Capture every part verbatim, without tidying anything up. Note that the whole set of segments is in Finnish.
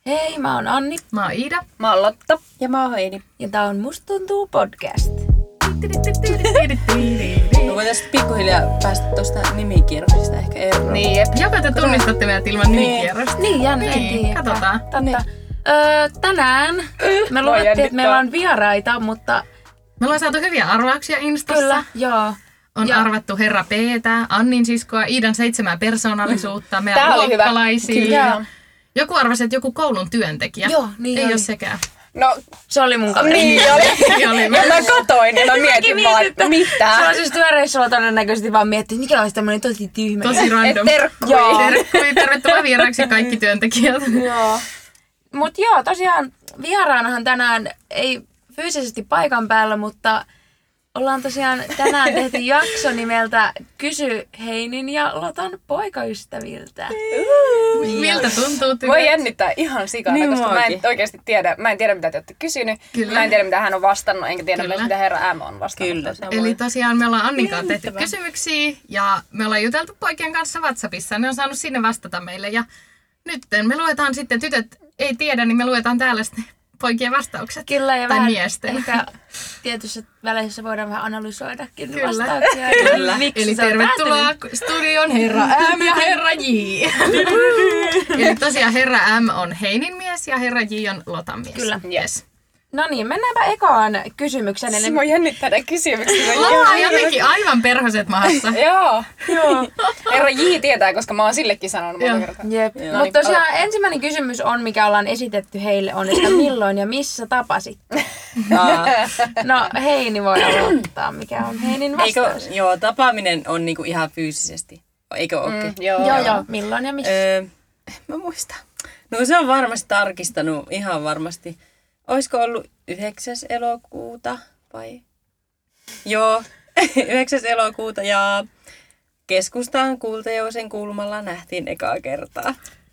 Hei, mä oon Anni. Mä oon Iida. Mä oon Lotta. Ja mä oon Heidi. Ja tää on Musta tuntuu podcast. Me voitaisiin pikkuhiljaa päästä tuosta nimikierroksesta ehkä eroon. Niin, jep. Joko te tunnistatte meidät ilman nimikierrosta? Niin, jännä, en Niin, tiedä. katsotaan. Totta. Niin. Öö, tänään me luvattiin, jännittää. että meillä on vieraita, mutta Me ollaan saatu hyviä arvauksia Instassa. kyllä, joo. On Ja- arvattu Herra Peetä, Annin siskoa, Iidan seitsemää persoonallisuutta, meidän Tää oli hyvä. luokkalaisia. Kyllä. Joku arvasi, että joku koulun työntekijä. Joo, niin Ei oli. ole sekään. No, Se oli mun kaveri. niin oli. Niin oli. Ja mä katoin ja mä mietin Mäkin vaan, mietin, mitä. Sellaisessa työreissulla todennäköisesti vaan miettii, että mikä olisi tämmönen tosi tyhmä. Tosi random. Et terkkui. Joo. Terkkui, tervetuloa vieraaksi kaikki työntekijät. Joo. Mut joo, tosiaan vieraanahan tänään ei fyysisesti paikan päällä, mutta ollaan tosiaan tänään tehty jakso nimeltä Kysy Heinin ja Lotan poikaystäviltä. Miltä tuntuu tytöt? Voi jännittää ihan sikana, Niin koska mä en muakin. oikeasti tiedä, mä en tiedä mitä te olette kysynyt. Kyllä. Mä en tiedä mitä hän on vastannut, enkä tiedä Kyllä. myös mitä herra M on vastannut. Kyllä. Tässä. Eli tosiaan me ollaan Annin kanssa tehty Jännittävää. kysymyksiä ja me ollaan juteltu poikien kanssa WhatsAppissa. Ne on saanut sinne vastata meille ja nyt me luetaan sitten, tytöt ei tiedä, niin me luetaan täällä sitten poikien vastaukset. Kyllä, ja Tai vähän miesten. ehkä tietyissä väleissä voidaan vähän analysoidakin Kyllä. vastauksia. Kyllä. Miksi Eli se on tervetuloa päätynyt? studion Herra M ja Herra J. Eli tosiaan Herra M on Heinin mies ja Herra J on Lotan mies. Kyllä. Yes. No niin, mennäänpä ekaan kysymykseen. Se Eli... voi jännittää nämä kysymykset. Lotta on jotenkin aivan perhoset mahassa. Joo. Joo. Herra J tietää, koska mä oon sillekin sanonut Joo. monta kertaa. Jep. No Mutta niin, tosiaan aloita. ensimmäinen kysymys on, mikä ollaan esitetty heille, on, että milloin ja missä tapasitte? Aa, No Heini voi aloittaa, mikä on Heinin Eikö, vastaus. joo, tapaaminen on niinku ihan fyysisesti. Eikö ookin? Mm, joo. Joo, joo. Milloin ja missä? Öö, mä muistan. No se on varmasti tarkistanut, ihan varmasti. Olisiko ollut yhdeksäs elokuuta vai? Joo, yhdeksäs elokuuta ja keskustaan Kultajousen kulmalla nähtiin ekaa kertaa.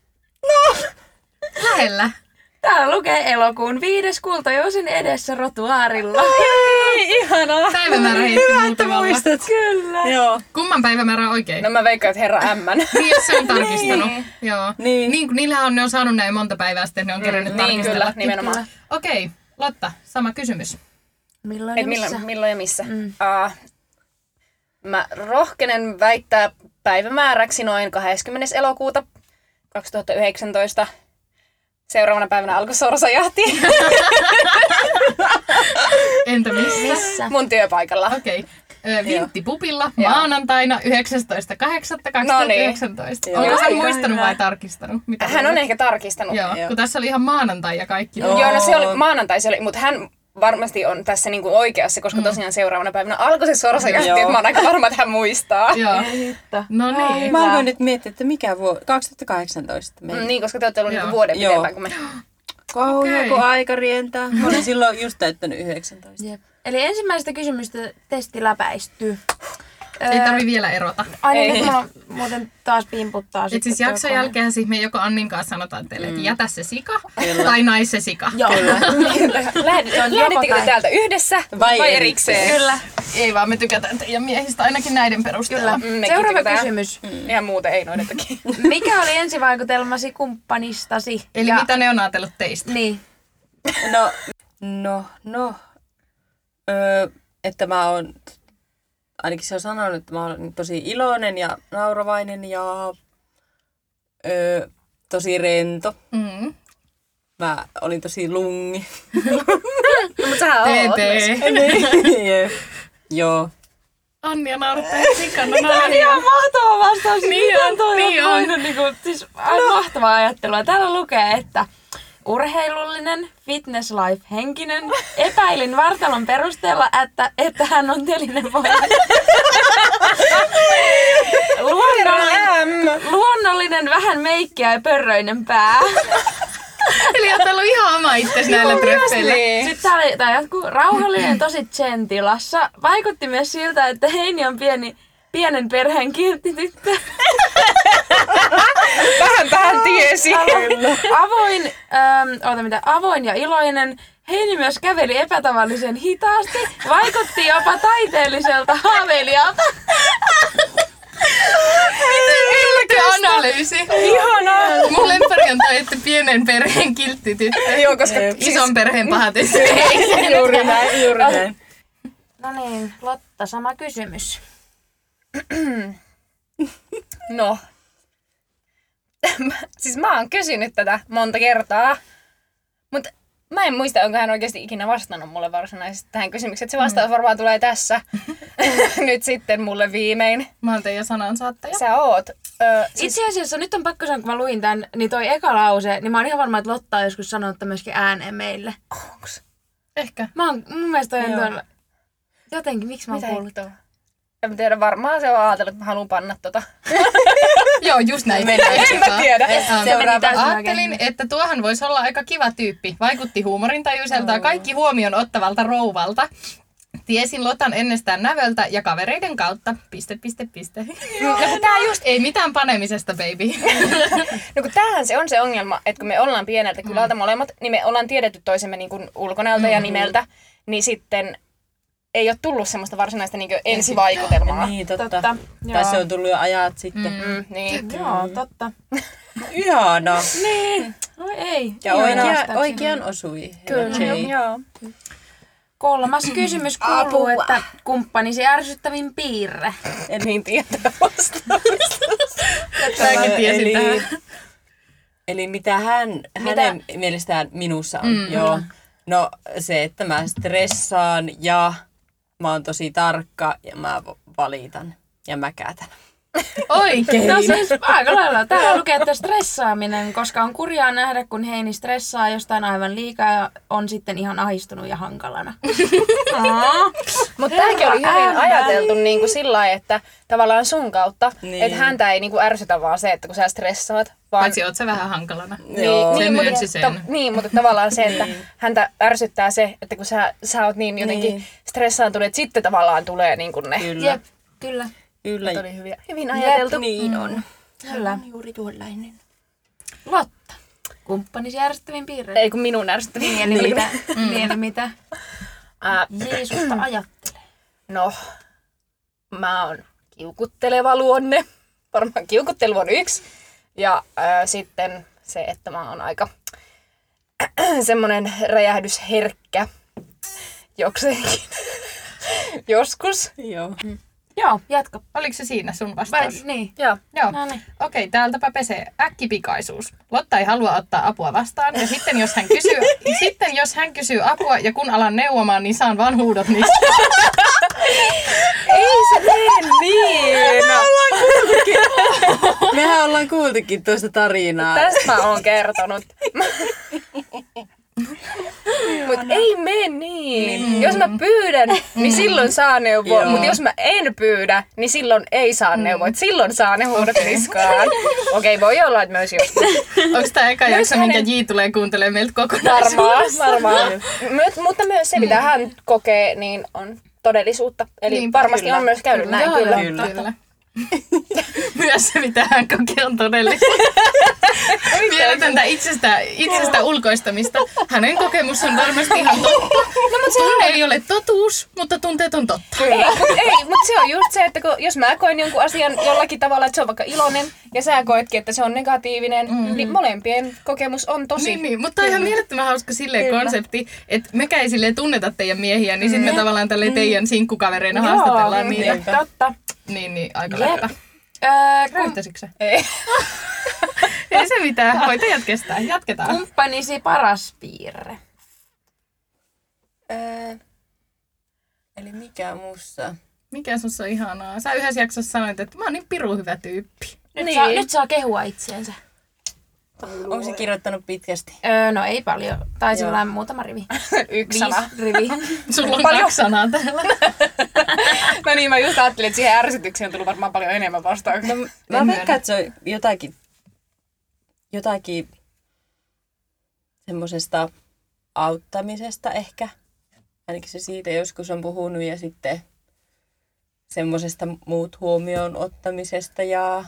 Lähellä. Täällä lukee elokuun viides Kultajousen edessä rotuaarilla. Ei, ihanaa. Päivämäärä heitti muutamalla. Muistat. Kyllä. Joo. Kumman päivämäärä on oikein? No mä veikkaan, että herra M. Niin, jos se on tarkistanut. Joo. Niin. Niin, kun niillä on, ne on saanut näin monta päivää sitten, ne on kerännyt niin, tarkistella. kyllä, nimenomaan. Kyllä. Okei, Lotta, sama kysymys. Milloin Et ja missä? milloin, milloin ja missä? Mm. Uh, mä rohkenen väittää päivämääräksi noin kahdeskymmenes elokuuta kaksituhattayhdeksäntoista. Seuraavana päivänä alkoi sorsajahti Entä missä? Missä? mun työpaikalla. Okei. Ö, Vintti pupilla Joo. maanantaina yhdeksästoista kahdeksatta kaksituhattayhdeksäntoista. No niin. Onko Joo. hän Aika muistanut hyvä. vai tarkistanut? Mitä Hän on luulet? ehkä tarkistanut. Joo, Joo. kun tässä oli ihan maanantai ja kaikki. Joo. Joo, no se oli maanantai, se oli, mutta hän varmasti on tässä niinku oikeassa, koska tosiaan seuraavana päivänä alkoi se sorsajahti, Joo. että mä oon aika varma, että hän muistaa. Joo. Hitto. No niin. Mä aloin nyt miettiä, että mikä vuosi, kaksituhattakahdeksantoista meillä. Mm, niin, koska te olette ollut Joo. niinku vuoden Joo. pidempään kuin me. Kauhea, Okei. kun aika rientää. Mä olin silloin just täyttänyt yhdeksäntoista. Jep. Eli ensimmäistä kysymystä testi läpäisty. Ei tarvi vielä erota. Ai niin, Ei. nyt mulla muuten taas pimputtaa Et sitten. siis toi jakson kone. jälkeen siis me joko Annin kanssa sanotaan teille, että jätä se sika tai nais se sika. Joo. Lähdettekö te täältä yhdessä vai, Vai erikseen? Kyllä. Ei vaan me tykätään teidän miehistä ainakin näiden perusteella. Kyllä. Mm, mekin Seuraava tykätään. kysymys. Ihan muuten ei noidentakin. Mikä oli ensivaikutelmasi kumppanistasi? Eli ja... mitä ne on ajatellut teistä? Niin. No, no, no. Öö, että mä oon, ainakin se on sanonut, että mä oon tosi iloinen ja nauravainen ja öö, tosi rento. Mm. Mä olin tosi lungi. No, mutta sähän oot. T T. Jep. Joo. Annia naurattaa sikana naania. Ihan mahtava vastaus. Niin Miten on, toi niin on. voinut niinku, siis aivan mahtavaa ajattelua. Täällä lukee, että urheilullinen, fitness life henkinen. Epäilin vartalon perusteella, että, että hän on telinen poika. Luonnollinen, M. luonnollinen, vähän meikkiä ja pörröinen pää. Eli oot ollut ihan oma itsesi näillä treffeillä. Niin. Sitten tää oli tää jatkuu rauhallinen, tosi zen tilassa. Vaikutti myös siltä, että Heini on pieni, pienen perheen kilttityttö. Vähän tähän tiesi. Avo- avoin, ähm, oota mitä, avoin ja iloinen. Heini myös käveli epätavallisen hitaasti. Vaikutti jopa taiteelliselta haaveilijalta. Miten analyysi. Ihanaa! Mun lemppari on toi, että pienen perheen kiltti tyttö. Joo, koska Ison perheen paha tyttö. Juuri näin, juuri näin. No niin, Lotta, sama kysymys. No. Siis mä oon kysynyt tätä monta kertaa, mutta mä en muista, onko hän oikeasti ikinä vastannut mulle varsinaisesti tähän kysymykseen. Se vastaus varmaan tulee tässä. Nyt sitten mulle viimein. Mä oon teidän sanansaattaja. Sä oot. Ö, siis, Itse asiassa nyt on pakko sanoa, kun mä luin tän, niin toi eka lause, niin mä oon ihan varma, että Lotta on joskus sanonut tämän myöskin ääneen meille. onks? Ehkä. Mä oon, mun mielestä toi on Joo. tuolla, jotenkin, miksi mä oon Mitä kuullut? hittoa? En tiedä, varmaan se on ajatellut, että mä haluan panna tota. Joo, just näin. En mä tiedä. Ähm, Seuraava. täysin Ajattelin, että tuohan voisi olla aika kiva tyyppi. Vaikutti huumorintajuiselta ja kaikki huomion ottavalta rouvalta. Tiesin Lotan ennestään nävöltä ja kavereiden kautta. Piste, piste, piste. No kun tää just ei mitään panemisesta, baby. No kun tämähän se on se ongelma, että kun me ollaan pieneltä kylältä molemmat, niin me ollaan tiedetty toisemme niin kuin ulkonäöltä ja nimeltä, niin sitten ei ole tullut semmoista varsinaista niin kuin ensivaikutelmaa. Niin, totta. Totta, Tai joo. se on tullut jo ajat sitten. Mm, niin. Joo, totta. Ihana. Niin. No ei. Ja Joo, oikea, vastauksia. oikean osui. Kyllä, Jay. joo. Kolmas kysymys kuuluu, että kumppanisi ärsyttävin piirre. En niin tietää vastaamista. Säkin tiesit eli, tähän. eli mitä hän, hänen mielestään minussa on. Mm. Joo. No se, että mä stressaan ja mä oon tosi tarkka ja mä valitan ja mä kätän. Oikein. No siis aika lailla. Täällä lukee, että stressaaminen, koska on kurjaa nähdä, kun Heini stressaa jostain aivan liikaa ja on sitten ihan ahistunut ja hankalana. Mutta tämäkin oli hyvin ämmä. ajateltu niin kuin sillä lailla, että tavallaan sun kautta, Niin. että häntä ei niin kuin ärsytä vaan se, että kun sä stressaat, vaan... Paitsi oot sä vähän hankalana. Joo. Se niin, myönsi mutta, sen. ta, niin, mutta tavallaan se, että häntä ärsyttää se, että kun sä, sä oot niin jotenkin Niin. stressaantunut, että sitten tavallaan tulee niin kuin ne. Kyllä. Jep, kyllä. Kyllä. Oli hyvin, hyvin ajateltu. Niin on. Kyllä. Juuri tuollainen. Lotta. Kumppanisi ärsyttävin piirre. Ei kun minun ärsyttäviin. Niin, eli mitä, niin, eli mitä Ää, Jeesusta ajattelee? no, mä oon kiukutteleva luonne. Varmaan kiukuttelu on yksi. Ja ää, sitten se, että mä oon aika semmonen räjähdysherkkä jokseenkin. Joskus. Joo. Joo, jatka. Oliko se siinä sun Vai, vastaus? niin. Joo. Joo. No niin. Okei, täältäpä pesee. Äkkipikaisuus. Lotta ei halua ottaa apua vastaan. Ja sitten jos hän kysyy, sitten jos hän kysyy apua ja kun alan neuvomaan, niin saan vaan huudot niistä. Ei se tee niin! Mehän ollaan kuultukin tuosta tarinaa. Tästä mä oon kertonut. Mut ei mene niin. Mm. Jos mä pyydän, niin silloin saa neuvoa. Joo. Mut jos mä en pyydä, niin silloin ei saa neuvoa. Et silloin saa ne huudot niskaan. Okei, okay, voi olla, että myös joskus. Onko tämä eka Myös jakso, minkä hänen- J tulee kuuntelemaan meiltä Varmaan, kokonaisuudessa? varmaan. My- mutta myös se, mitä hän kokee, niin on todellisuutta. Eli Niinpä, varmasti kyllä. on myös käynyt näin. Joo, Kyllä. joo, kyllä. Myös se, mitä hän kokee, on todellista. Mieletöntä itsestä, itsestä ulkoistamista. Hänen kokemus on varmasti ihan totta. No, mutta tunne ei ole totuus, mutta tunteet on totta. Ei, mut, ei, mutta se on just se, että kun, jos mä koen jonkun asian jollakin tavalla, että se on vaikka iloinen, ja sä koetkin, että se on negatiivinen, mm-hmm. niin molempien kokemus on tosi. Niin, niin, mutta on ihan mielettömän hauska silleen konsepti, että mekään ei silleen tunneta teidän miehiä, niin sitten me tavallaan tälleen teidän sinkkukavereina haastatellaan niitä. Niin, totta. Niin, niin, aika Jep. läppä. Öö, kum, Röyhtäisikö se? Ei. Ei se mitään, hoitajat kestää. Jatketaan. kumppanisi paras piirre. Öö, eli mikä mussa? Mikä sussa on ihanaa? Sä yhdessä jaksossa sanoit, että mä oon niin pirun hyvä tyyppi. Nyt, Niin. saa, nyt saa kehua itseensä. Onko se kirjoittanut pitkästi? Öö, no ei paljon. Tai Joo. sillä muutama rivi. Yksi Viisi sana. rivi. Sulla on Paljon. kaksi sanaa täällä. No niin, mä just ajattelin, että siihen ärsytykseen on tullut varmaan paljon enemmän vastauksia. No, mä veikkaan, että se on jotakin, jotakin semmosesta auttamisesta ehkä. Ainakin se siitä joskus on puhunut ja sitten semmosesta muut huomioon ottamisesta ja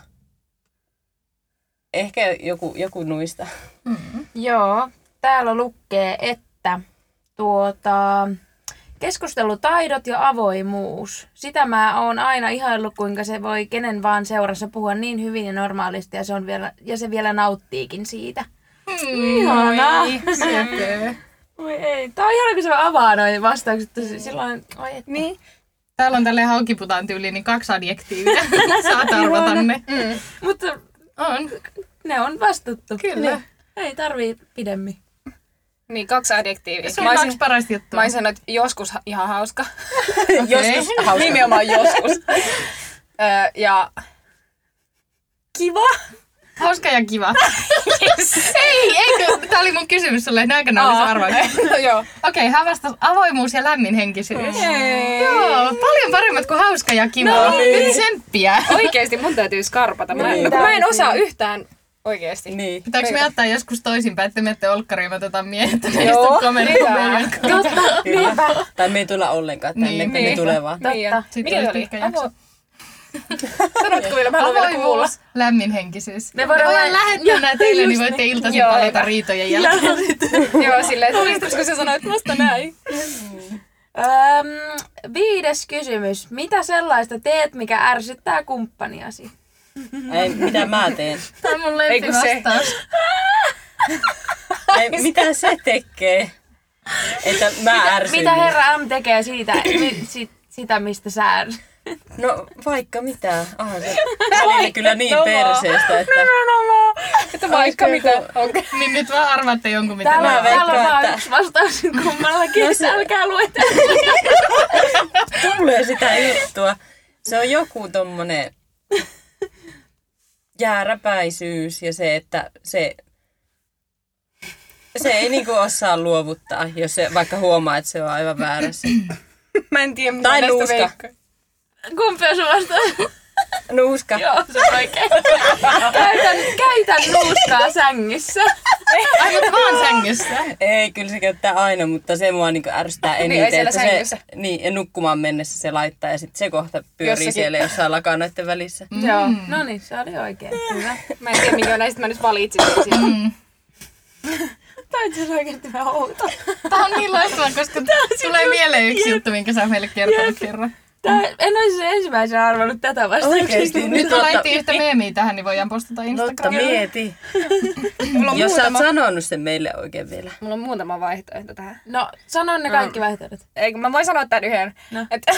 ehkä joku, joku nuista. Joo, täällä lukee, että tuota, Keskustelutaidot ja avoimuus. Sitä mä oon aina ihaillut, kuinka se voi kenen vaan seurassa puhua niin hyvin ja normaalisti ja se, on vielä, ja se vielä nauttiikin siitä. Mm, Ihanaa. Söpö. Oi ei. Tää on ihana, kun se avaa noin vastaukset. Silloin, oi et. Niin. Täällä on tälleen haukiputaan tyyliin niin kaksi adjektiivia. Saat arvata ne. Mm. Mutta On. ne on vastattu. Kyllä. Niin. Ei tarvii pidemmin. Niin, kaksi adjektiivia. Se on kaksi parasta juttua. Mä olisin sanonut, että joskus ha- ihan hauska. Joskus hauska. Nimenomaan joskus. Öö, ja kiva. Hauska ja kiva. Yes. Ei, eikö? Tää oli mun kysymys sulle, näinkö nää olisi arvauksia? No joo. Okei, okay, hän vastasi avoimuus ja lämminhenkisyys. Ei. Joo, paljon paremmat kuin hauska ja kiva. No niin. Nyt tsemppiä. Oikeesti mun täytyy skarpata. Mä, Niin. no, kun mä en osaa yhtään oikeesti. Niin. Pitääkö me ottaa joskus toisinpäin, että menette olkkariin, me otetaan miehet ja Joo, istuu komerin pitää. Totta. Kyllä. Tai me ei tulla ollenkaan tänne, Niin, niin, me niin. tulee vaan. Niin, ja- Totta. Sitten Mikä se olisi oli? pitkä jakso. Avo- Sanotko vielä? Mä haluan vielä kuulla. Avoimuus, lämminhenkisyys. Me Me voidaan voidaan lä- lähettää nää teille, niin voitte iltaisin Joo, palata hyvä. riitojen jälkeen. Joo, silleen, että muistatko, kun sä sanoit musta näin? Öm, viides kysymys. Mitä sellaista teet, mikä ärsyttää kumppaniasi? Ei, mitä mä teen? Tämä on mun Ei kun se. lempivastaus. Ei, mitä se tekee? Että mä ärsyn. Mitä herra M tekee siitä, mi, sit, sitä, mistä sä ärsyt? No vaikka mitä. Aha, se oli kyllä niin No vaan. perseestä, että... Että vaikka mitä. Okay. Niin nyt vaan arvaatte jonkun, mitä Täällä, mä on, mä täällä on veikkaan, vaan että- yksi vastaus kummallakin, no se... älkää luetella. Tulee sitä juttua. Se on joku tommonen jääräpäisyys ja se, että se, se ei niinku osaa luovuttaa, jos se vaikka huomaa, että se on aivan väärässä. Mä en tiedä, mitä Tai näistä nuuska. veikkaa. Kumpi on sun vastaus? Nuuska. Joo, se on oikein. Käytän, käytän nuuskaa sängyssä. Ai, mutta vaan sängyssä. Ei, kyllä se käyttää aina, mutta se mua niinku ärsyttää Niin, ei eniten. siellä että sängyssä. se, niin, ja nukkumaan mennessä se laittaa ja sitten se kohta pyörii Jossakin. siellä jossain lakanoiden välissä. Mm. Joo, no niin, se oli oikein. Hyvä. Mä en tiedä, minkä näistä mä nyt valitsin. Siitä. Mm. Tämä on itse asiassa oikeasti vähän outo. Tää on niin loistavaa, koska tulee mieleen yksi juttu, minkä sä oot meille kertonut kerran. Tää, en olisi ensimmäisenä arvannut tätä vastauksesta. Oikeesti? Nyt Nyt me otta- laitettiin yhtä meemiä tähän, niin voidaan postata Totta, Instagramiin. mieti. Mulla on, Jos sä oot muutama, sanonut sen meille oikein vielä. mulla on muutama vaihtoehto tähän. No, sano ne kaikki vaihtoehdot. Eikö mä voin sanoa tän yhden. No. Että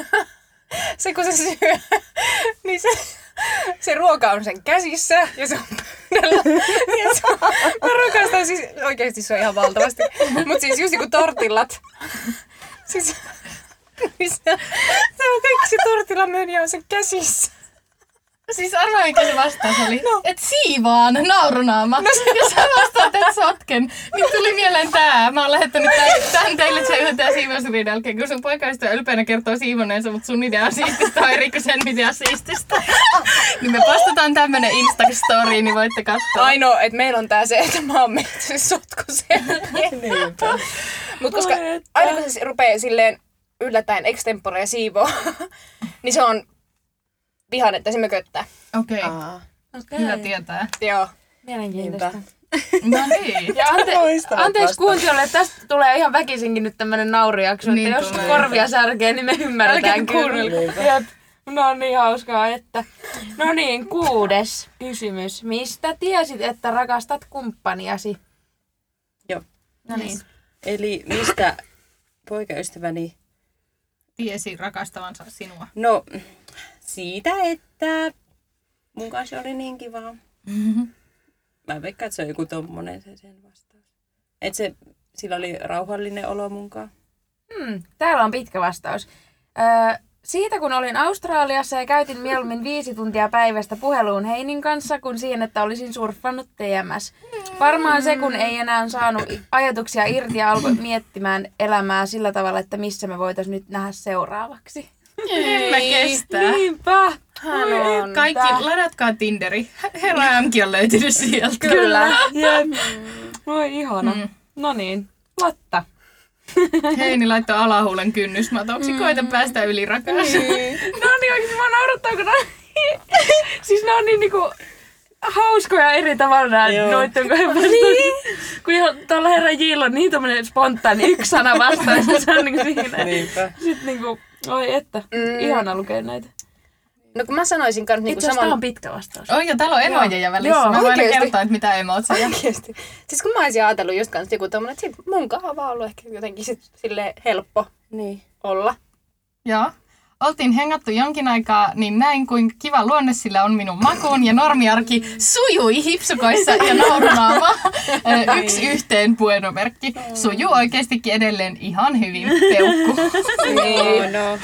se kun se syö, niin se, se ruoka on sen käsissä ja se on pöydällä. Ja se on, mä rakastan siis, oikeesti se on ihan valtavasti. Mut siis just niinku tortillat. Siis niin se, se on kaikki se tortillamöniä on sen käsissä. Siis arvaa, mikä se vastaus oli. No. Et siivaan, naurunaama. No, ja sä vastaat, et sotken. Niin tuli mieleen tää. Mä oon lähettänyt tän teille, että sä yhdetään siivousriin jälkeen, kun sun poikaystävä ylpeänä kertoo siivoneensa, mutta sun idea siististä on eri kuin sen idea siististä. Niin me postataan tämmönen Insta-story, niin voitte katsoa. Ainoa, että meillä on tää se, että mä oon mennyt se sotkuseen. Niinpä. Mut koska aina kun se rupee silleen yllättäen extemporea siivoo, niin se on vihan, että se mököttää. Okei, okay. Aa, Okei. hyvä tietää. Joo. Mielenkiintoista. No niin. Ja ante- Loistavat anteeksi vastaukset. kuuntelijoille, että tästä tulee ihan väkisinkin nyt tämmönen naurujakso, Niin että jos tulee. korvia särkee, niin me ymmärretään Älkää kuunnelko. kyllä. Jep. No on niin hauskaa, että... No niin, kuudes kysymys. Mistä tiesit, että rakastat kumppaniasi? Joo. No niin. Eli mistä poikaystäväni? Tiesi rakastavansa sinua. No, siitä, että mun kanssa oli niin kivaa. Mä veikkaan, että se on joku tommonen se sen vastaus. Että se, sillä oli rauhallinen olo munkaan. Hmm, täällä on pitkä vastaus. Öö, siitä kun olin Australiassa ja käytin mieluummin viisi tuntia päivästä puheluun Heinin kanssa, kun siihen, että olisin surffannut T M S. Varmaan se, kun ei enää saanut ajatuksia irti ja alkoi miettimään elämää sillä tavalla, että missä me voitaisiin nyt nähdä seuraavaksi. En mä kestä. Niinpä. Hän on. Kaikki, ladatkaa Tinderi. Herra Mkin on löytynyt sieltä. Kyllä. Jep. Voi ihana. Mm. No niin, Lotta. Heini laittoi alahuulen kynnysmatoksi. Mm. Koita päästä yli, rakas. No niin, oikeesti mä naurattaa, kun ne on... Siis ne on niin niinku... hauskoja eri tavalla nämä Joo. noitten kahden vastaukset. Kun jo tuolla herra Jillä on niin tommonen spontaani yksi sana vastaus, se on niinku siinä. Niinpä. Sitten niinku, oi että, Mm. ihana lukea näitä. No kun mä sanoisin kans niinku Itse asiassa saman... tää on pitkä vastaus. Oi, ja täällä on emojeja välissä. Joo. Mä voin aina Oikeesti? kertoa, että mitä emotseja. Oikeesti. Siis kun mä olisin ajatellut just kans joku tommonen, että sit mun kanssa on vaan ollut ehkä jotenkin sit silleen helppo Niin. olla. Joo. Oltiin hengattu jonkin aikaa, niin näin kuin kiva luonne sillä on minun makuun ja normiarki sujui hipsukoissa ja naurunaama. Ö, Yksi yhteen puenomerkki. Sujuu oikeastikin edelleen ihan hyvin, peukku. Niin. No,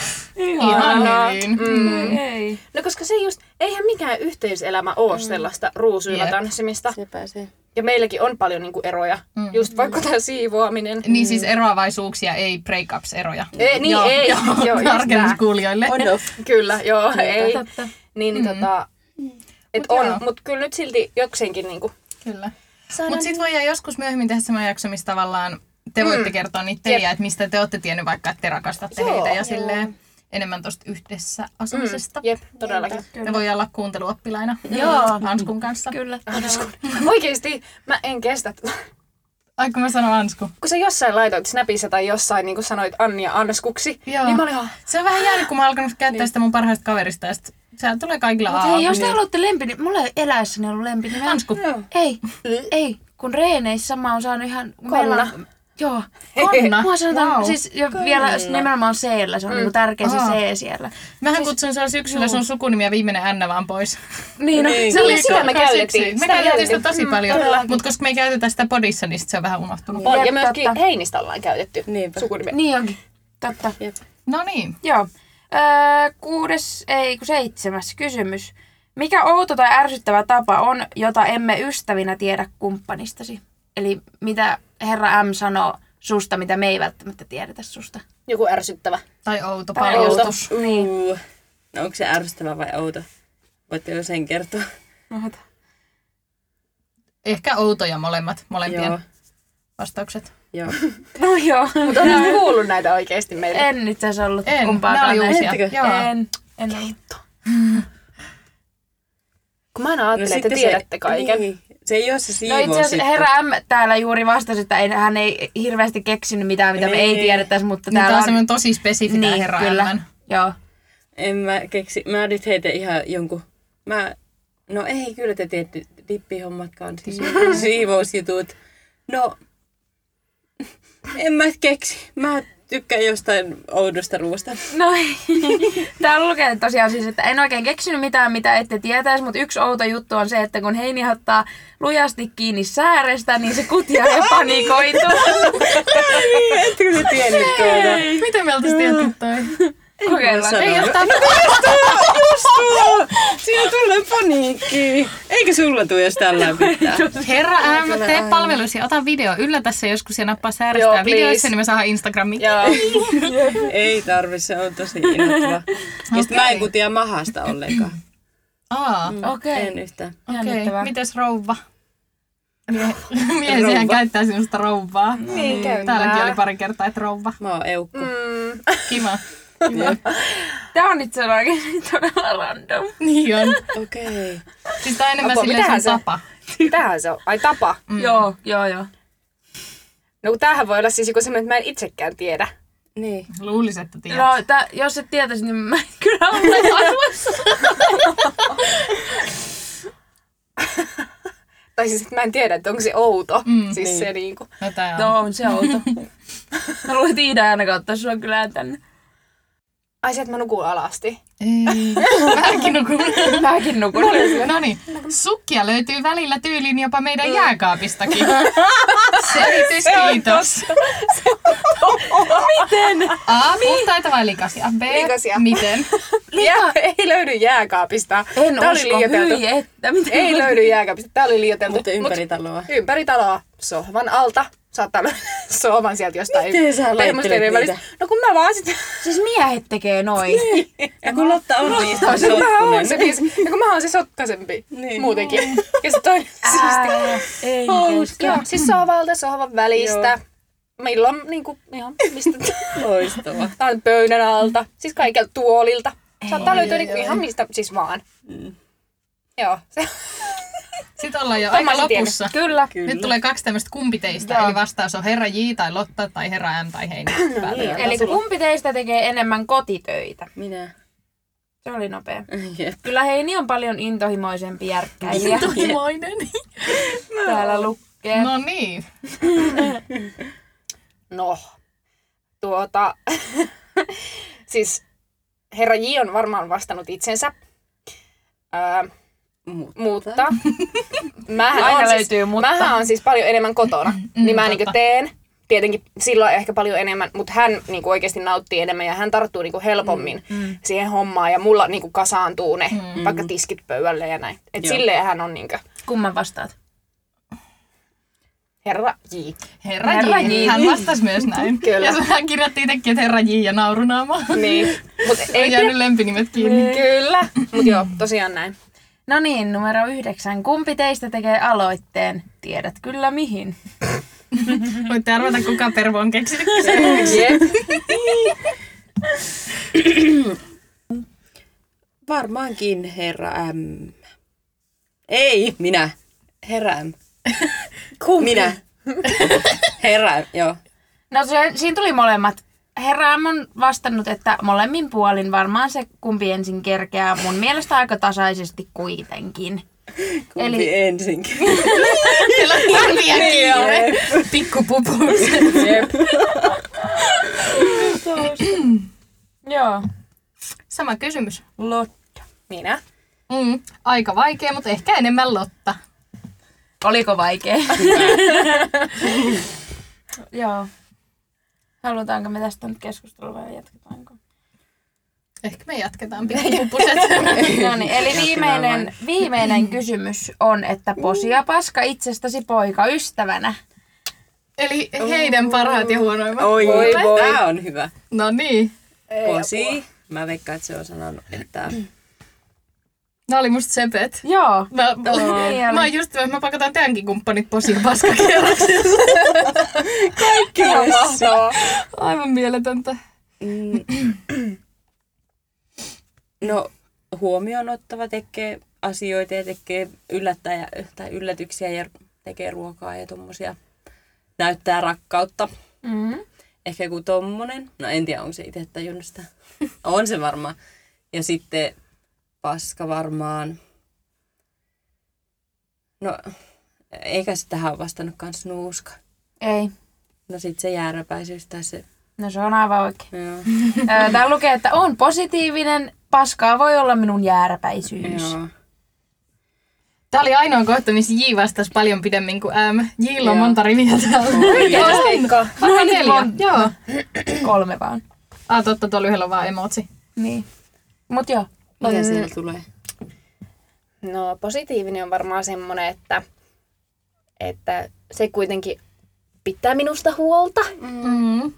Ihan hyvin. Mm. Ei. No koska se just, eihän mikään yhteiselämä oo sellaista ruusuilla Jep. tanssimista. se pääsee. Ja meilläkin on paljon niinku eroja. Mm. Just vaikka tää siivoaminen. Niin siis eroavaisuuksia, ei breakups-eroja. Ei, niin Joo, ei. joo, Joo, just tarkennus tää. kuulijoille. On off. Kyllä, joo, ei. Totta. Niin, niin Mm. tota... Et Mut on, joo. mut kyllä nyt silti jokseenkin niinku... Kyllä. Saadaan... Mutta sitten voidaan joskus myöhemmin tehdä semmoinen jakso, missä tavallaan te voitte kertoa niitä teidän, että mistä te olette tiennyt vaikka, että te rakastatte Joo, heitä ja joo. silleen enemmän tosta yhdessä asumisesta. Mm, jep, todellakin. Me voidaan olla kuunteluoppilaina Joo. Anskun kanssa. Kyllä. Oikeesti, mä en kestä tätä. Ai kun mä sanon Ansku. Kun sä jossain laitoit Snapissa tai jossain niin sanoit Annia Anskuksi, Joo. niin mä olin ihan... Se on vähän jäänyt, kun mä oon alkanut käyttää sitä mun parhaista kaverista ja sit se tulee kaikilla Mutta A. hei, jos te haluatte lempi, niin mulla ei eläessäni ollut lempi. Niin mä- Ansku. Ei, ei. Kun reeneissä mä oon saanut ihan... Konna. meillä on- Joo. Konna. Mua sanotaan, Wow. siis jo vielä nimenomaan C-llä, se on niinku tärkeä se Aa. C siellä. Mähän kutsun sua syksyllä sun sukunimi ja viimeinen N vaan pois. Niin, no, Niin. se oli Sitä me Joka käytettiin. syksy. Me Sitä käytettiin sitä käytettiin. tosi paljon, kyllä. mutta koska me ei käytetä sitä podissa, niin sit se on vähän unohtunut. On, ja Jep, myöskin totta. Heinistä ollaan käytetty Niinpä. sukunimeä. Niin onkin. Totta. Jep. No niin. Joo. Öö, kuudes, ei kun seitsemäs kysymys. Mikä outo tai ärsyttävä tapa on, jota emme ystävinä tiedä kumppanistasi? Eli mitä herra M sanoo susta, mitä me ei välttämättä tiedetä susta? Joku ärsyttävä. Tai outo Tai paljastus. Uh. No, onko se ärsyttävä vai outo? Voitteko sen kertoa? Ohota. Ehkä outoja molemmat, molempien Joo. vastaukset. Joo. No joo. Mutta oletko kuullut näitä oikeesti meille? En itse asiassa ollut En, kumpaakaan ne oli näistä. uusia. Ettekö? Joo. En. En ollut. Kun mä aina ajattelen, että te sitten tiedätte kaiken. Niin, se ei ole se No siivous itse asiassa sitten. herra M täällä juuri vastasi, että ei, hän ei hirveästi keksinyt mitään, mitä me ei Niin. tiedettäisi, mutta Niin tää täällä on on... semmoinen tosi spesifi tää Niin, herra kyllä. Emmän. Joo. En mä keksi. Mä nyt heitän ihan jonkun... Mä... No ei, kyllä te teette dippihommatkaan. Siis siivousjutut. No... En mä keksi. Mä tykkään jostain oudosta ruoasta. No täällä lukee tosiaan siis, että en oikein keksinyt mitään, mitä ette tietäisi, mutta yksi outo juttu on se, että kun Heini ottaa lujasti kiinni säärestä, niin se kutjaa ja panikoituu. Ettekö te tiennyt tuota? Miten me oltais tietty toi? Kokeillaan. Sanoa. Ei ottaa Just tuo! Siinä tulee paniikki. Eikä sulla tule, jos tällä pitää. Herra M, tee palvelus ja ota video. Yllätä se joskus ja nappaa Joo, säädestään please. videoissa, niin me saadaan Instagramiin. Joo. Ei tarvi, se on tosi innoittava. Ja sit mä en kutia mahasta ollenkaan. Aa, Okei. En yhtään. okei. Jännittävää. Mites rouva? Mie- Mies sehän käyttää sinusta rouvaa. Niin käyttää. Täälläkin oli pari kertaa, että rouva. Mä oon eukko. Mm. Kiva. Tää on itse oikein todella random. Niin on. Okei. Okay. Siis tää on enemmän Apua, silleen mitähän sun se- tapa. Mitähän se on? Ai tapa. Mm. Joo, joo, joo. No kun tämähän voi olla siis joku semmoinen, että mä en itsekään tiedä. Niin. Luulisin, että tiedät. No, tää, jos et tietäisi, niin mä en kyllä ole arvoissa. Tai siis, että mä en tiedä, että onko se outo. Mm, siis niin. se niinku. No tää on. No, on se outo. Mä luulen, että Iida ei ainakaan ottaa sua kylään tänne. Ai se, että mä nukun alasti. Ei. Mäkin nukun. Mäkin nukun. No niin. Sukkia löytyy välillä tyyliin jopa meidän jääkaapistakin. Selitys, kiitos. Miten? A. Puhtaita vai likaisia? B. Likaisia. Miten? Jää, ei löydy jääkaapista. En Tää usko. oli liioiteltu. Hyi, että. Miten? Ei löydy jääkaapista. Tää oli liioiteltu. Mutta ympäri taloa. Mut ympäri taloa. Sohvan alta. Saattaa löytää sohvan sieltä jostain. Miten sä laittelet pehmosteiden välistä. niitä? No kun mä vaan sit... Siis miehet tekee noin. Ja kun Lotta on niistä Mä oon se sotkunen. mies. Ja kun mä oon se sotkaisempi. Niin. Muutenkin. Ja sit toinen Ää, ei Joo, siis sohvalta, sohvan välistä. Milloin niinku ihan mistä... Loistava. Tää on pöydän alta. Siis kaikelta tuolilta. Saattaa löytyä niinku ihan mistä siis vaan. Mm. Joo. Se, Sitten ollaan jo Tämä aika mä tiedän. lopussa. Kyllä. Kyllä. Nyt tulee kaksi tämmöistä kumpi teistä, Joo. eli vastaus on herra J tai Lotta tai herra M tai Heini. niin. Eli kumpi teistä tekee enemmän kotitöitä? Minä. Se oli nopea. Jep. Kyllä Heini on paljon intohimoisempi järkkäilijä. Intohimoinen. Täällä lukee. No niin. No, tuota, siis herra J on varmaan vastannut itsensä, öö, Mutta. mutta mähän Aina on, siis, löytyy mutta. mähän on siis paljon enemmän kotona, Mm, niin mä totta. niinku teen. Tietenkin silloin ehkä paljon enemmän, mutta hän niinku oikeasti nauttii enemmän ja hän tarttuu niinku helpommin Mm. siihen hommaan ja mulla niinku kasaantuu ne Mm. vaikka tiskit pöydälle ja näin. Et Joo. silleen hän on niinku Kumman vastaat? herra J. Herra, Herra J. J. Hän vastasi myös näin. Kyllä. Ja hän kirjoitti itsekin, että herra J ja naurunaama. Niin, mutta Ei ei jäänyt lempinimet kiinni. Kyllä, mutta joo, tosiaan näin. No niin, numero yhdeksän. Kumpi teistä tekee aloitteen? Tiedät kyllä mihin. Voitte arvata, kuka Pervo on keksinyt. Jep. Varmaankin herra M. Ei, minä. Herra M. Minä. Herra M, joo. No se, siinä tuli molemmat. Herra M on vastannut, että molemmin puolin varmaan se kumpi ensin kerkeää. Mun mielestä aika tasaisesti kuitenkin. Kumpi Eli- ensinkin. Siellä on hirviä kiire. Pikkupupus. Jep. Joo. Sama kysymys. Lotta. Minä. Mm, aika vaikea, mutta ehkä enemmän Lotta. Oliko vaikea? Joo. Halutaanko me tästä nyt keskustella vai jatketaanko? Ehkä me jatketaan pikkupupuset. No niin, eli viimeinen, viimeinen kysymys on, että posia paska itsestäsi poika ystävänä. Eli heidän parhaat ja huonoimmat. Oi, Voi, voi. tää on hyvä. No niin. Posi. Mä veikkaan, että se on sanonut, että... Nää oli musta sepet. Joo. Mä, Niin mä oon just, että mä pakotan tämänkin kumppanit posi ja paskakierroksella. Ihan mahtavaa. Aivan mieletöntä. Mm. No, huomioon ottava tekee asioita ja tekee yllättäjä, tai yllätyksiä ja tekee ruokaa ja tommosia. Näyttää rakkautta. Mm-hmm. Ehkä joku tommonen. No en tiedä, onko se itse tajunnut sitä. On se varmaan. Ja sitten paska varmaan. No, eikä se tähän ole vastannut kans nuuska. Ei. No sit se jääräpäisyys tai se... No se on aivan oikein. Joo. Ö, Täällä lukee, että on positiivinen, paskaa voi olla minun jääräpäisyys. Joo. Tää oli ainoa kohta, missä J vastasi paljon pidemmin kuin M. Jillä on Joo. monta riviä täällä. Oikeasteikka. Aika neljä. Joo. Kolme vaan. Ah, totta, tuolla yhdellä on vaan emotsi. Niin. Mut joo. Mitä siellä tulee? No positiivinen on varmaan semmoinen, että, että se kuitenkin pitää minusta huolta. Mm.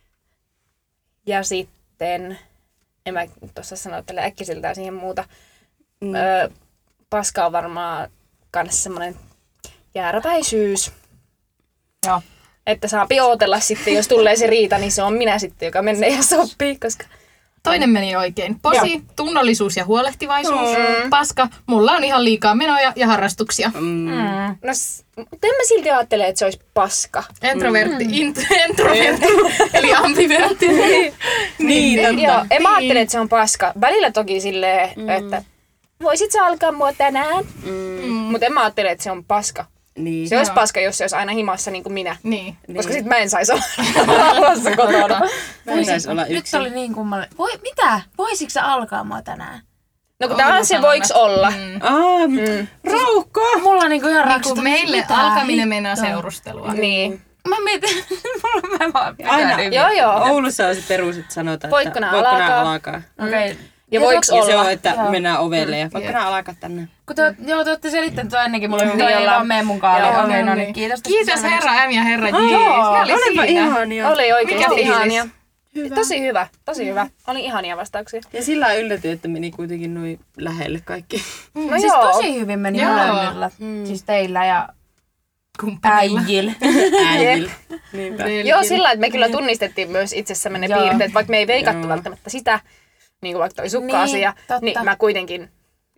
Ja sitten, en mä tuossa sano tälle äkkisiltään siihen muuta. Mm. Öö, paska on varmaan kanssa semmoinen jääräpäisyys. Joo. Että saa piotella sitten, jos tulee se riita, niin se on minä sitten, joka menee ja sopii, koska... Toinen meni oikein. Posi, tunnollisuus ja huolehtivaisuus. Mm. Paska, mulla on ihan liikaa menoja ja harrastuksia. Mm. Mm. No, s- mutta en mä silti ajattele, että se olisi paska. Introvertti, int- introvertti, eli ambivertti. Niin, totta. Joo, en mä ajattele, että se on paska. Välillä toki silleen, Mm. että voisit sä alkaa mua tänään? Mm. Mutta en mä ajattele, että se on paska. Niin. Se olisi Joo. paska, jos se olisi aina himassa niin kuin minä. Niin. Koska sit mä en saisi olla rauhassa kotona. Mä en saisi olla Nyt yksin. oli niin kummallinen. Voi, mitä? Voisitko sä alkaa mua tänään? No kun On tää on se sanonut. voiks olla. Mm. Aa, Mm. raukka! Mulla on niinku ihan Niin raksutus. kuin meille Mitä alkaminen meinaa hittoa? seurustelua. Niin. Mä mietin, mulla mä vaan Aina. Joo joo. Oulussa on se perus, että sanotaan, Voitko että nää voitko nää alkaa? alkaa. Okei. Okay. Ja voiks Ja se olla? on, että Joo. mennään ovelle ja voitko Jep. nää alkaa tänne. Kun te, joo, te olette selittäneet tuon ennenkin mulle, mutta Niin toi ei ollaan. vaan mene mukaan. Joo, Okei, okay, no no niin. niin. Kiitos. tästä Kiitos selvennyksestä. herra M ja herra J. Joo, Ne oli olipa siinä. ihania. Oli Mikä oikeesti fiilis? ihania. Hyvä. Tosi hyvä, tosi hyvä. Oli ihania vastauksia. Ja sillä on yllätty, että meni kuitenkin noin lähelle kaikki. No Siis joo. tosi hyvin meni Joo. molemmilla. Mm. Siis teillä ja Kumppanilla. äijillä. Äijillä. Niinpä. Joo, sillä lailla, että me kyllä tunnistettiin myös itsessämme ne Joo. piirteet, vaikka me ei veikattu Joo. välttämättä sitä, niin kuin vaikka toi sukka-asia, Niin, totta. niin mä kuitenkin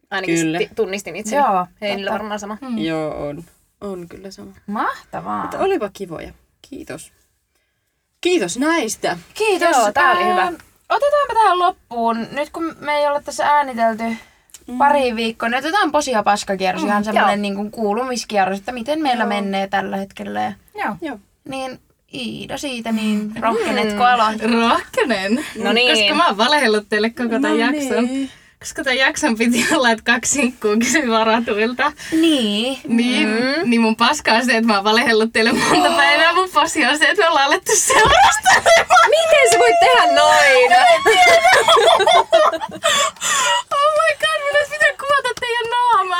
Ainakin Kyllä. ti- tunnistin itseni. Joo, Heinillä totta. varmaan sama. Mm. Joo, on. On kyllä sama. Mahtavaa. Mutta olipa kivoja. Kiitos. Kiitos näistä. Kiitos. Joo, tää oli Ää, hyvä. Otetaanpa tähän loppuun. Nyt kun me ei olla tässä äänitelty mm. pari viikkoa, niin otetaan posi- ja paskakierros. Mm, ihan semmoinen niin kuin kuulumiskierros, että miten meillä joo. menee tällä hetkellä. Ja, Joo. Joo. niin Iida siitä, niin rohkenetko aloittaa? Rohkenen. No niin. Koska mä oon valehellut teille koko tämän No jakson. niin. Koska tämän jakson piti olla, että kaksi sinkkuu kysyi varatuilta. Niin. Niin, mm. niin mun paska on se, että mä oon valehellut teille monta oh. päivää. Mun posi on se, että me ollaan alettu seurustelemaan. Miten sä voit tehdä noin? Oh my god, mun olisi pitää kuvata teidän naamaa.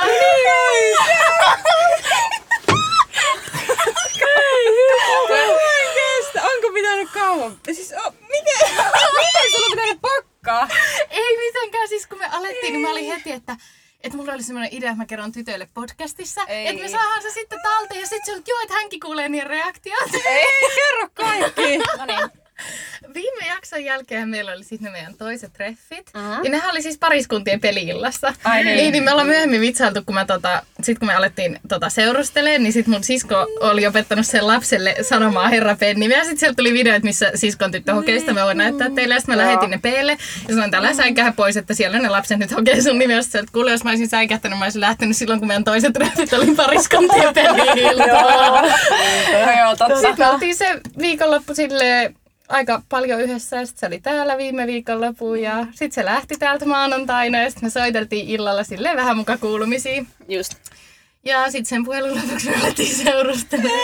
Oikeesti, onko pitänyt kauan? Siis, oh, miten? Miten sulla pitää pakkaa? Ei mitenkään, siis kun me alettiin, niin mä olin heti, että että mulla oli semmoinen idea, että mä kerron tytöille podcastissa, että me saadaan se sitten talteen ja sitten se oli, että joo, että hänkin kuulee niiden reaktiot. Ei, kerro kaikki. No niin. Viime jakson jälkeen meillä oli sitten ne meidän toiset treffit. Uh-huh. Ja nehän oli siis pariskuntien peli-illassa. Ai niin. Niin, niin me ollaan myöhemmin vitsailtu, kun mä tota, sit kun me alettiin tota, seurustelemaan, niin sit mun sisko oli opettanut sen lapselle sanomaan Herra P:n nimeä. Sitten sieltä tuli videoit, missä siskon tyttö hokee sitä. Mä voin näyttää teille. Ja sitten mä lähetin ne P:lle. Ja sanoin, että älä säikähä pois, että siellä ne lapset nyt hokee sun nimeä. Sitten kuule, jos mä olisin säikähtänyt, mä olisin lähtenyt silloin, kun meidän toiset treffit oli pariskuntien peli-iltaa. Joo, totta. Sitten me oltiin se viikonloppu silleen aika paljon yhdessä ja sitten se oli täällä viime viikonloppuun ja sitten se lähti täältä maanantaina ja sitten me soiteltiin illalla silleen vähän muka kuulumisiin. Just. Ja sitten sen puhelun lopuksi me alettiin seurustelemaan.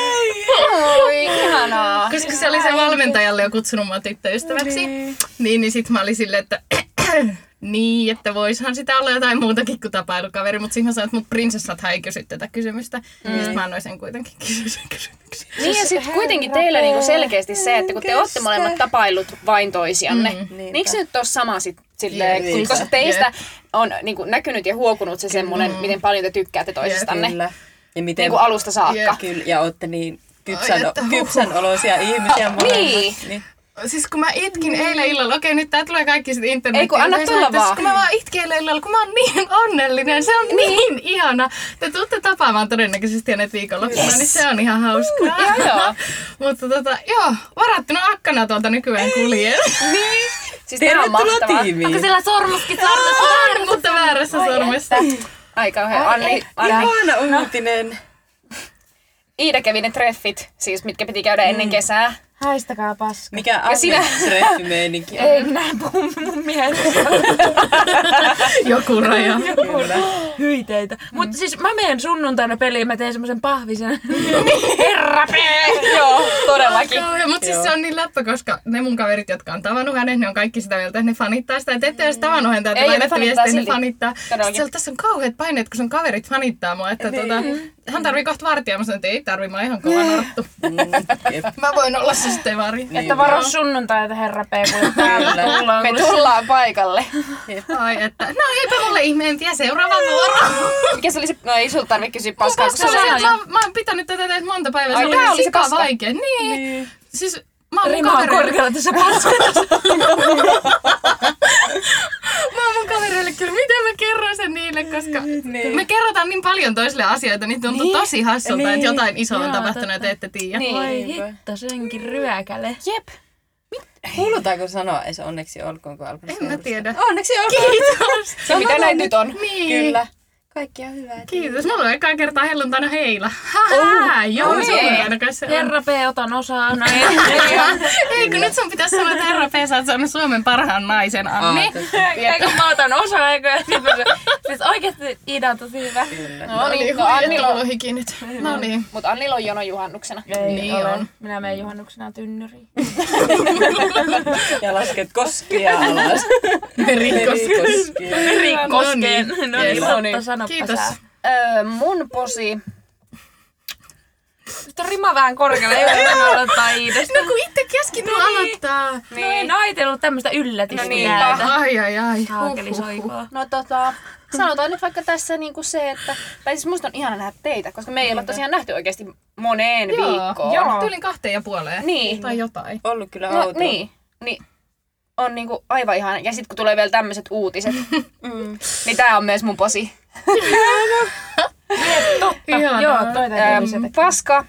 Oi, ihanaa. Koska se oli se valmentajalle jo kutsunut mua tyttöystäväksi. Niin, niin, niin sitten mä olin silleen, että niin, että voishan sitä olla jotain muutakin kuin tapailukaveri. Mutta sitten mä sanoin, että mut prinsessathan ei kysy tätä kysymystä. Mm. Ja sitten mä annoin sen kuitenkin kysyä sen kysymyksen. Niin ja sitten kuitenkin teillä niinku selkeästi se, että kun te olette molemmat tapaillut vain toisianne, mm. niin eikö se nyt ole sama sit, silleen, Yes. koska teistä Yep. on niinku näkynyt ja huokunut se semmoinen, mm. miten paljon te tykkäätte toisistanne. Kyllä. Ja miten... Niinku alusta saakka. Yep. Kyllä, ja ootte niin kypsän, Ai, että huh. kypsän oloisia ihmisiä molemmat. Niin. niin. Siis kun mä itkin eilen illalla, okei nyt tää tulee kaikki sit internetiin. Ei kun anna tulla vaan. Kun mä vaan itkin eilen illalla, kun mä oon niin onnellinen, se on niin, niin ihana. Te tuutte tapaamaan todennäköisesti hänet viikonloppuna, yes. Niin se on ihan hauskaa. Mm, joo, joo. Mutta tota, joo, varattuna akkana tuolta nykyään kuljen. Niin. Siis tää on Tervetuloa mahtavaa. tiimiin. Onko siellä sormuskin sormessa? On, mutta väärässä sormessa. Ai kauhean. Anni, Anni. Ihana uutinen. Iida kävi ne treffit, siis mitkä piti käydä ennen kesää. Haistakaa paska. Mikä Ja sinä- Anne-treffimeininki on? Ei minä puhu mun mielestä. Joku raja. Kyllä. Hyiteitä. Mm. Mutta siis mä menen sunnuntaina peliin, mä teen semmosen pahvisen. Herra P! Joo, todellakin. Mutta siis se on niin läppä, koska ne mun kaverit, jotka on tavannut hänet, ne on kaikki sitä mieltä, että ne fanittaa sitä. Et ette edes tavannut häntä, että Ei, laitatte fanittaa viestiä, ne silti. fanittaa. Todellakin. Sitten tässä on kauheat paineet, kun sun kaverit fanittaa mua. Että tota, hän tarvii kohta vartijaa. Mä sanoin, että ei tarvii, mä oon ihan kova norttu. Mm, jep. Mä voin olla se sitten vari. Että varo sunnuntaita, herra P, kun täällä tullaan. Me tullaan paikalle. Ai että, no eipä mulle ihmeentiä, seuraava vuoro. Mikä se oli se? No ei sulta tarvitse kysyä paskaa. kun Se oli se se, on- että mä, mä oon pitänyt tätä teitä monta päivää. Ai, Se tää oli oli se sika paska. vaikea. Niin. niin. Siis mä oon mun Rima on kavereille, korkealla tässä paskassa. mä oon mun kavereille kyllä, miten mä kerron sen niille, koska Niin. me kerrotaan niin paljon toisille asioita, niin tuntuu Niin. tosi hassulta, Niin. että jotain isoa on Joo, tapahtunut ja totta. te ette tiedä. Niin. Voi Niinpä. hitto, senkin ryökäle. Jep. Kuulutaanko sanoa edes onneksi olkoon, kun alkoi En mä tiedä. Onneksi olkoon. Kiitos. Se mitä näin nyt on. Niin. Kyllä. Kaikkia hyvää. Kiitos. Mulla on ekaa kertaa helluntaina heila. Haha, joo, Oi, sunnuntaina kai se on. Herra P, otan osaa. No ei. Ei, kun nyt sun pitäisi sanoa, että herra P, sä oot saanut Suomen parhaan naisen, Anni. Eikö mä otan osaa, eikö? Siis oikeesti Iida on tosi hyvä. Kyllä. No niin, no hui, Annilla että on, mulla on hiki nyt. No niin. mut Annilla on jono juhannuksena. Ei Niin ole. on. Minä menen juhannuksena tynnyriin. Ja lasket koskia alas. Merikoski. Koskia. Rikkoskeen. No niin. No niin, Yes. Lotta, sanoppa Kiitos. sä. Öö, mun posi. Nyt on rima vähän korkealla, ei voi mennä aloittaa Iidasta. No kun itse käskin tuo aloittaa. No ei naitellut tämmöstä yllätystä No niin. täältä. Ai ai ai. Saakeli soikoo. No tota, sanotaan nyt vaikka tässä niinku se, että... Tai siis musta on ihana nähdä teitä, koska me ei olla tosiaan nähty oikeasti moneen Joo, viikkoon. joo. Tyylin kahteen ja puoleen. Niin. Tai jotain. Ollut kyllä No outoa. niin, niin. on niinku aivan ihana. Ja sit kun tulee vielä tämmöiset uutiset, mm. niin tää on myös mun posi. Totta. Ihanaa. Joo, toi täytyy Ähm, lisätä. paska.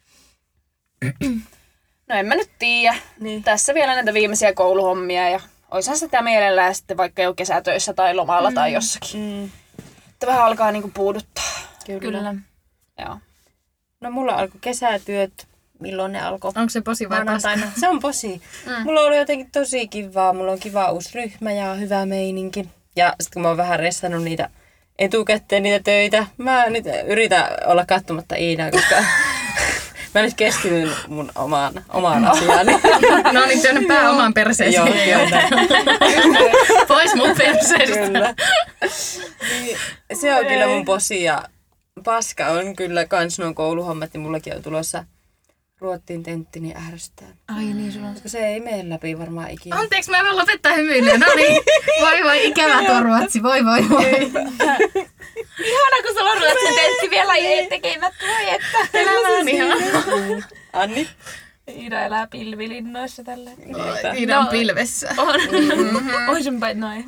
No en mä nyt tiedä. Niin. Tässä vielä näitä viimeisiä kouluhommia ja oishan sitä mielellään sitten vaikka jo kesätöissä tai lomalla mm. tai jossakin. Mm. Että vähän alkaa niinku puuduttaa. Kyllä. Kyllä. Joo. No mulla alkoi kesätyöt. Milloin ne alkoi? Onko se posi vai paska? Maanantaina. Se on posi. Mm. Mulla on ollut jotenkin tosi kivaa. Mulla on kiva uusi ryhmä ja hyvä meininki. Ja sitten kun mä oon vähän ressannut niitä etukäteen niitä töitä, mä nyt yritän olla katsomatta Iinaa, koska mä nyt keskityn mun omaan, omaan asiaani. No niin, työnnä pää omaan perseeseen. Joo, kyllä. Pois mun perseestä. Kyllä. Niin, se on kyllä mun posi ja paska on kyllä kans nuo kouluhommat ja mullakin on tulossa Ruotsin tentti, niin ärsyttää. Ai niin, sulla on. Koska se ei mene läpi varmaan ikinä. Anteeksi, mä voin lopettaa hymyilyä. No niin, voi voi, ikävä tuo ruotsi. Voi voi voi. Ihana, kun sulla on ruotsin tentti vielä tekemättä. Voi että. Elämä on ihan. Anni? Iida elää pilvilinnoissa tällä hetkellä. Iida on No. pilvessä. On. Mm-hmm. Oisinpä noin.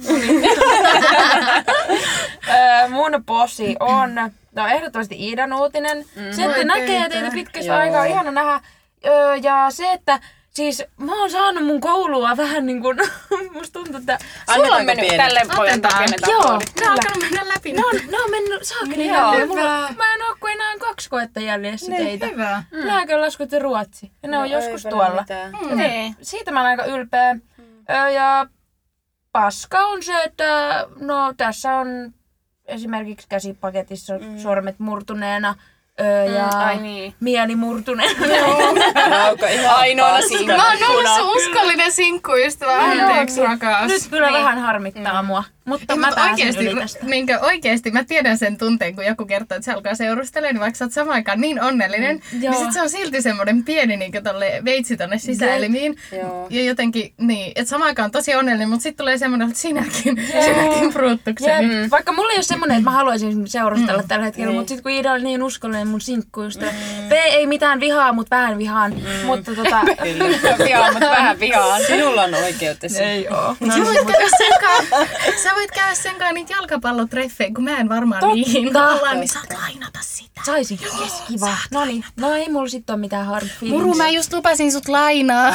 Öö, mun posi on, no ehdottomasti Iidan uutinen. Mm. Se, että Voi näkee teitä. teitä pitkästä Joo. aikaa, ihana nähdä. Öö, ja se, että siis mä oon saanut mun koulua vähän niin kuin, musta tuntuu, että Sulla on Annetaanko mennyt pienet? tälle voi antaa Otetaan. pienet Joo. aplodit. Ne on alkanut mennä läpi. ne on, ne on mennyt saakeli Joo. läpi. Mulla, Hyvä. mä en oo kuin enää kaksi koetta jäljessä teitä. Hyvä. Mm. Nääkö laskutte ruotsi? Ja ne on joskus Eipä tuolla. mitään. Niin. Siitä mä olen aika ylpeä. Öö, ja paska on se, että no tässä on esimerkiksi käsipaketissa mm. sormet murtuneena öö, ja ai niin. mieli murtuneena. Rauka ihan Ainoana paska. siinä. Mä oon ollut sun uskollinen sinkkuystävä. Anteeksi, rakas. Nyt kyllä Niin. vähän harmittaa mua, mutta Ei, mä mutta pääsen oikeesti, yli tästä. niinkö, oikeesti mä tiedän sen tunteen, kun joku kertoo, että se alkaa seurustelemaan, niin vaikka sä oot samaan aikaan niin onnellinen, mm, niin sit se on silti semmoinen pieni niinkö tolle veitsi tonne sisäelimiin. Joo. Ja jotenkin niin, että samaan aikaan tosi onnellinen, mutta sitten tulee semmoinen, että sinäkin, sinäkin bruuttukseni. Jep. Vaikka mulla ei ole semmonen, että mä haluaisin seurustella mm. tällä hetkellä, Niin. mutta sitten kun Iida oli niin uskollinen mun sinkkuystävä. Mm. B ei mitään vihaa, mutta vähän vihaan. Mm. Mutta tota... Vihaan, mutta vähän vihaan. Sinulla on oikeutesi. ei oo. Sä voit käydä sen kanssa, sä voit käydä sen kanssa niitä jalkapallotreffejä, kun mä en varmaan Totta. niihin olla, niin saat lainata sitä. Saisin. Yes, kiva. No niin. No ei mulla sit oo mitään hard feelings. Muru, mä just lupasin sut lainaa.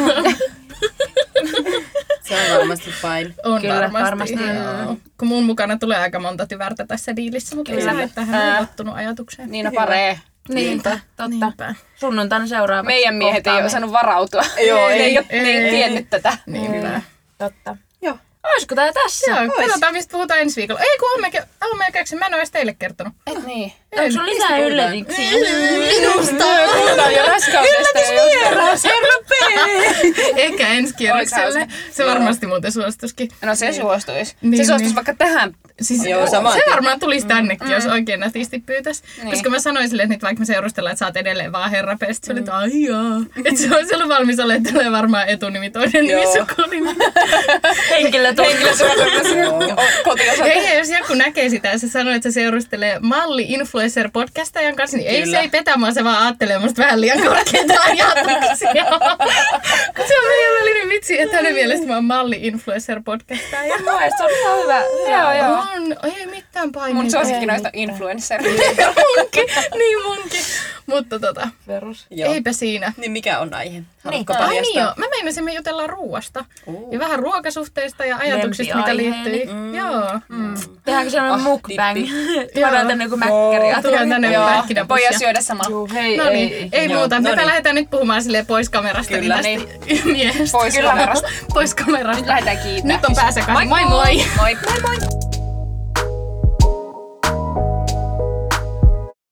Se on varmasti fine. On Kyllä, varmasti. varmasti. Joo. Kun mun mukana tulee aika monta tyvärtä tässä diilissä, mutta ei Kyllä. se ole tähän ulottunut ajatukseen. Niina paree. Niinpä, totta. Niinpä. Sunnuntaina seuraavaksi. Meidän miehet ei kohtaamme. ole osannut varautua. Joo, ne ei. ei ole Ei. ne ei tiennyt tätä. Niin hyvä. Totta. Joo. Olisiko tää tässä? Joo, katsotaan mistä puhutaan ensi viikolla. Ei kun aamuja käyksin, mä en ole edes teille kertonut. Et niin. Onko sulla lisää yllätyksiä? Puhutaan jo raskaudesta ja jostain. Ehkä ensi kierrokselle. Se varmasti muuten suostuskin. No se suostuisi. Niin, Se suostuisi niin. vaikka tähän. Siis, Joo, saman se tien. varmaan tulisi tännekin, mm. jos oikein nätisti pyytäisi. Niin. Koska mä sanoin silleen, että nyt vaikka me seurustellaan, että sä oot edelleen vaan herra P. Sitten se oli, että ai jaa. Että se olisi ollut valmis olemaan, että tulee varmaan etunimi, toinen nimi, Joo. sukunimi. Henkilötunnus. Kotiosoite. Ei, ja jos joku näkee sitä ja se sanoo, että se seurustelee malli-influencer-podcastajan kanssa, niin ei Kyllä. se ei petä mua, se vaan ajattelee musta vähän liian korkeita ajatuksia. Kun se on meidän välinen vitsi, että hänen mielestä mä oon malli-influencer-podcastaja. Moi, se on ihan hyvä. Joo, joo. On, ei mitään paineita. Mun suosikki noista influencer. munkin, niin munkin. Mutta tota, Perus. Joo. eipä siinä. Niin mikä on aihe? Haluatko Niin. Ai niin paljastaa? joo, mä meinasin, me jutellaan ruuasta. Uh. Ja vähän ruokasuhteista ja ajatuksista, mitä Lempiaiheeni. liittyy. Mm. Joo. Mm. Tehdäänkö sellainen Ah, mukbang? dippi. Tuodaan tänne joku mäkkäri. Joo, Tulee tänne Joo, pähkinäpussia. voidaan syödä samalla. Juu, hei, No niin, ei. ei Joo, muuta. no Mepä niin. lähdetään nyt puhumaan silleen pois kamerasta. Kyllä. Niin tästä miehestä. Pois kamerasta. Pois kamerasta. Nyt lähdetään kiittämään. Nyt on pääsekäs. Moi moi! Moi. Moi moi.